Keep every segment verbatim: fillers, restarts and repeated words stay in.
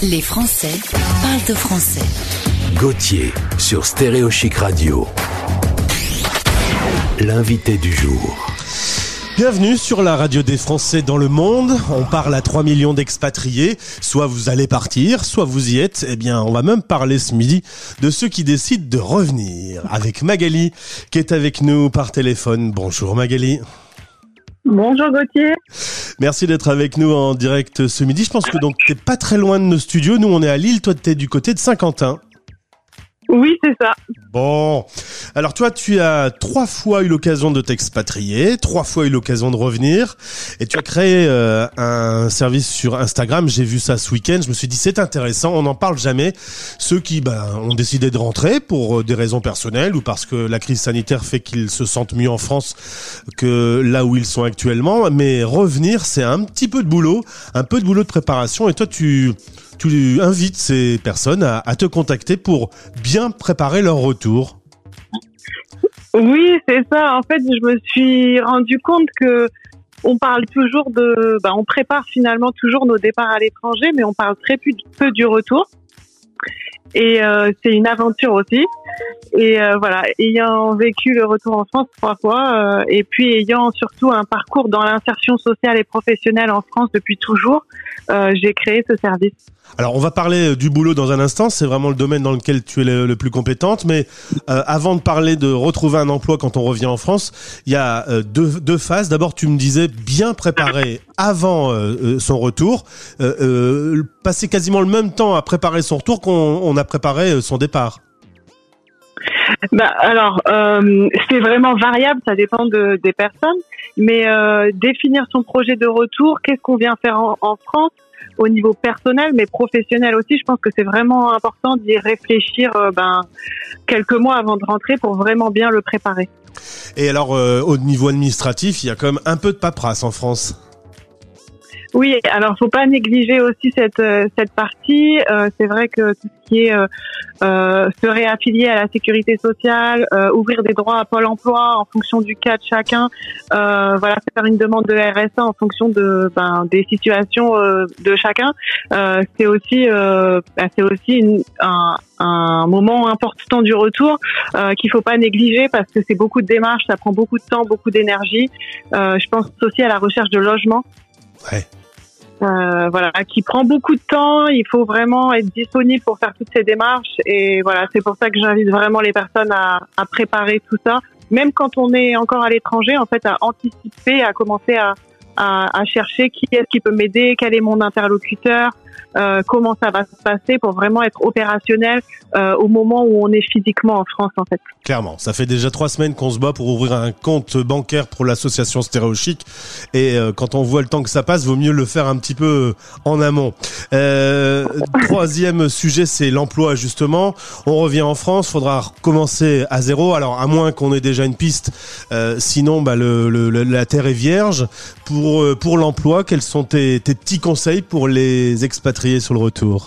Les Français parlent de français. Gauthier sur Stéréo Chic Radio. L'invité du jour. Bienvenue sur la radio des Français dans le monde. On parle à trois millions d'expatriés. Soit vous allez partir, soit vous y êtes. Eh bien, on va même parler ce midi de ceux qui décident de revenir. Avec Magali, qui est avec nous par téléphone. Bonjour Magali. Bonjour Gauthier. Merci d'être avec nous en direct ce midi. Je pense que donc t'es pas très loin de nos studios. Nous, on est à Lille. Toi, t'es du côté de Saint-Quentin. Oui, c'est ça. Bon, alors toi, tu as trois fois eu l'occasion de t'expatrier, trois fois eu l'occasion de revenir, et tu as créé euh, un service sur Instagram. J'ai vu ça ce week-end, je me suis dit c'est intéressant, on n'en parle jamais. Ceux qui ben, ont décidé de rentrer pour des raisons personnelles ou parce que la crise sanitaire fait qu'ils se sentent mieux en France que là où ils sont actuellement, mais revenir, c'est un petit peu de boulot, un peu de boulot de préparation, et toi, tu... tu invites ces personnes à, à te contacter pour bien préparer leur retour. Oui, c'est ça. En fait, je me suis rendu compte que on parle toujours de, bah, on prépare finalement toujours nos départs à l'étranger, mais on parle très peu, peu du retour. Et euh, c'est une aventure aussi. Et euh, voilà, ayant vécu le retour en France trois fois, euh, et puis ayant surtout un parcours dans l'insertion sociale et professionnelle en France depuis toujours, euh, j'ai créé ce service. Alors, on va parler du boulot dans un instant. C'est vraiment le domaine dans lequel tu es le, le plus compétente. Mais euh, avant de parler de retrouver un emploi quand on revient en France, il y a euh, deux, deux phases. D'abord, tu me disais bien préparer avant euh, son retour, euh, euh, passer quasiment le même temps à préparer son retour qu'on on a préparé son départ. Bah, alors, euh, c'est vraiment variable, ça dépend de, des personnes. Mais euh, définir son projet de retour, qu'est-ce qu'on vient faire en, en France au niveau personnel, mais professionnel aussi, je pense que c'est vraiment important d'y réfléchir euh, ben, quelques mois avant de rentrer pour vraiment bien le préparer. Et alors, euh, au niveau administratif, il y a quand même un peu de paperasse en France. Oui, alors faut pas négliger aussi cette euh, cette partie. Euh, c'est vrai que tout ce qui est euh, euh, se réaffilier à la sécurité sociale, euh, ouvrir des droits à Pôle Emploi en fonction du cas de chacun, euh, voilà, faire une demande de R S A en fonction de ben des situations euh, de chacun. Euh, c'est aussi euh, ben, c'est aussi une, un un moment important du retour euh, qu'il faut pas négliger parce que c'est beaucoup de démarches, ça prend beaucoup de temps, beaucoup d'énergie. Euh, je pense aussi à la recherche de logement. Ouais. Euh, voilà, qui prend beaucoup de temps. Il faut vraiment être disponible pour faire toutes ces démarches. Et voilà, c'est pour ça que j'invite vraiment les personnes à, à préparer tout ça. Même quand on est encore à l'étranger, en fait, à anticiper, à commencer à, à, à chercher qui est-ce qui peut m'aider, quel est mon interlocuteur, euh, comment ça va se passer pour vraiment être opérationnel euh, au moment où on est physiquement en France, en fait. Clairement, ça fait déjà trois semaines qu'on se bat pour ouvrir un compte bancaire pour l'association Stéréo Chic, et euh, quand on voit le temps que ça passe, vaut mieux le faire un petit peu en amont. Euh, troisième sujet, c'est l'emploi, justement. On revient en France, faudra recommencer à zéro. Alors, à moins qu'on ait déjà une piste, euh, sinon, bah, le, le, la terre est vierge. Pour pour l'emploi, quels sont tes, tes petits conseils pour les expatriés sur le retour?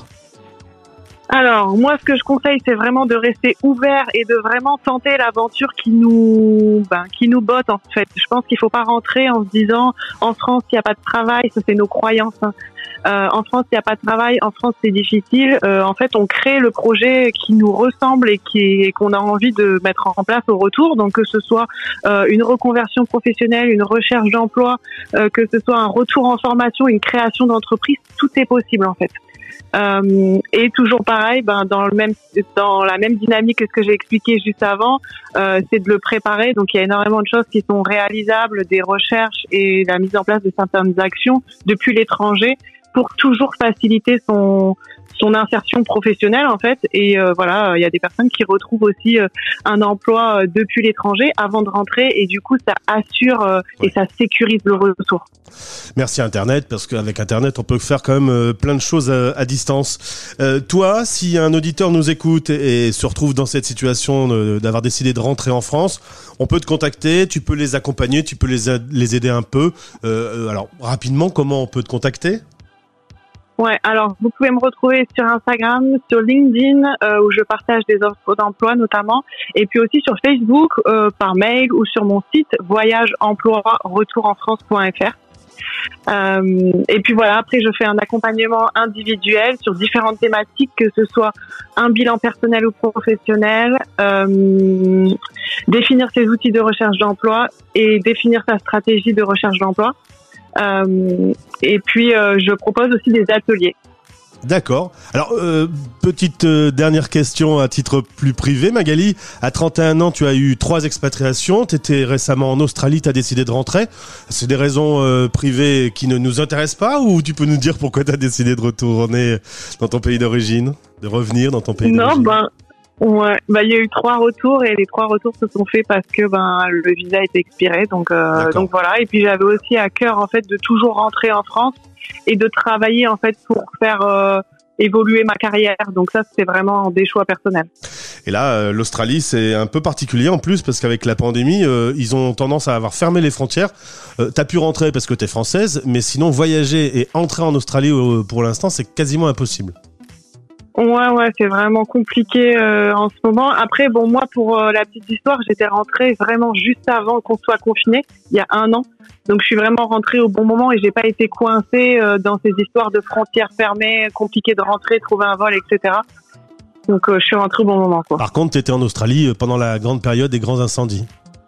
Alors, moi, ce que je conseille, c'est vraiment de rester ouvert et de vraiment tenter l'aventure qui nous, ben, qui nous botte, en fait. Je pense qu'il faut pas rentrer en se disant, en France, il n'y a pas de travail, ça c'est nos croyances, hein. Euh, en France, il n'y a pas de travail, en France, c'est difficile. Euh, en fait, on crée le projet qui nous ressemble et qui et qu'on a envie de mettre en place au retour. Donc, que ce soit euh, une reconversion professionnelle, une recherche d'emploi, euh, que ce soit un retour en formation, une création d'entreprise, tout est possible, en fait. Euh, et toujours pareil, ben dans le même dans la même dynamique que ce que j'ai expliqué juste avant, euh, c'est de le préparer. Donc il y a énormément de choses qui sont réalisables, des recherches et la mise en place de certaines actions depuis l'étranger pour toujours faciliter son son insertion professionnelle, en fait. Et euh, voilà, il y a des personnes qui retrouvent aussi euh, un emploi euh, depuis l'étranger avant de rentrer, et du coup ça assure euh, ouais. et ça sécurise le retour. Merci Internet, parce qu'avec Internet on peut faire quand même euh, plein de choses à, à distance. Euh, toi, si un auditeur nous écoute et, et se retrouve dans cette situation de, d'avoir décidé de rentrer en France, on peut te contacter, tu peux les accompagner, tu peux les, a- les aider un peu. Euh, alors rapidement, comment on peut te contacter ? Ouais, alors vous pouvez me retrouver sur Instagram, sur LinkedIn, euh, où je partage des offres d'emploi notamment, et puis aussi sur Facebook, euh, par mail ou sur mon site voyage emploi retour en france point f r. Euh, et puis voilà, après je fais un accompagnement individuel sur différentes thématiques, que ce soit un bilan personnel ou professionnel, euh, définir ses outils de recherche d'emploi et définir sa stratégie de recherche d'emploi. Euh, et puis euh, je propose aussi des ateliers. D'accord. Alors, euh, petite euh, dernière question à titre plus privé, Magali. À trente et un ans, tu as eu trois expatriations. Tu étais récemment en Australie, tu as décidé de rentrer. C'est des raisons euh, privées qui ne nous intéressent pas, ou tu peux nous dire pourquoi tu as décidé de retourner dans ton pays d'origine, de revenir dans ton pays non, d'origine? Ben, ouais, ben, il y a eu trois retours et les trois retours se sont faits parce que ben le visa était expiré. Donc, euh, donc voilà. Et puis j'avais aussi à cœur en fait de toujours rentrer en France et de travailler en fait pour faire euh, évoluer ma carrière. Donc ça, c'était vraiment des choix personnels. Et là, euh, l'Australie, c'est un peu particulier en plus parce qu'avec la pandémie, euh, ils ont tendance à avoir fermé les frontières. Euh, t'as pu rentrer parce que t'es française, mais sinon voyager et entrer en Australie euh, pour l'instant, c'est quasiment impossible. Ouais, ouais, c'est vraiment compliqué euh, en ce moment. Après, bon, moi, pour euh, la petite histoire, j'étais rentrée vraiment juste avant qu'on soit confiné, il y a un an. Donc, je suis vraiment rentrée au bon moment et j'ai pas été coincée euh, dans ces histoires de frontières fermées, compliqué de rentrer, trouver un vol, et cetera. Donc, euh, je suis rentrée au bon moment, quoi. Par contre, t'étais en Australie pendant la grande période des grands incendies.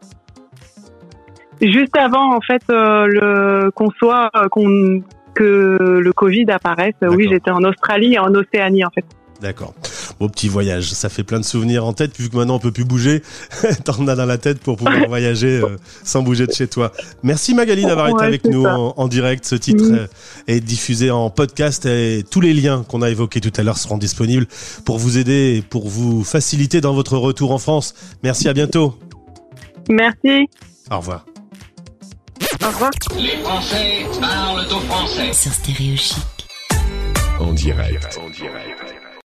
Juste avant, en fait, euh, le qu'on soit, euh, qu'on que le Covid apparaisse. D'accord. Oui, j'étais en Australie et en Océanie, en fait. D'accord. Beau petit voyage. Ça fait plein de souvenirs en tête, vu que maintenant on peut plus bouger. T'en as dans la tête pour pouvoir voyager euh, sans bouger de chez toi. Merci Magali d'avoir ouais, été avec nous en, en direct. Ce titre mmh. est diffusé en podcast et tous les liens qu'on a évoqués tout à l'heure seront disponibles pour vous aider et pour vous faciliter dans votre retour en France. Merci, à bientôt. Merci. Au revoir. Au revoir. Les Français parlent au français. Sur Stéréo Chic. En direct. En direct.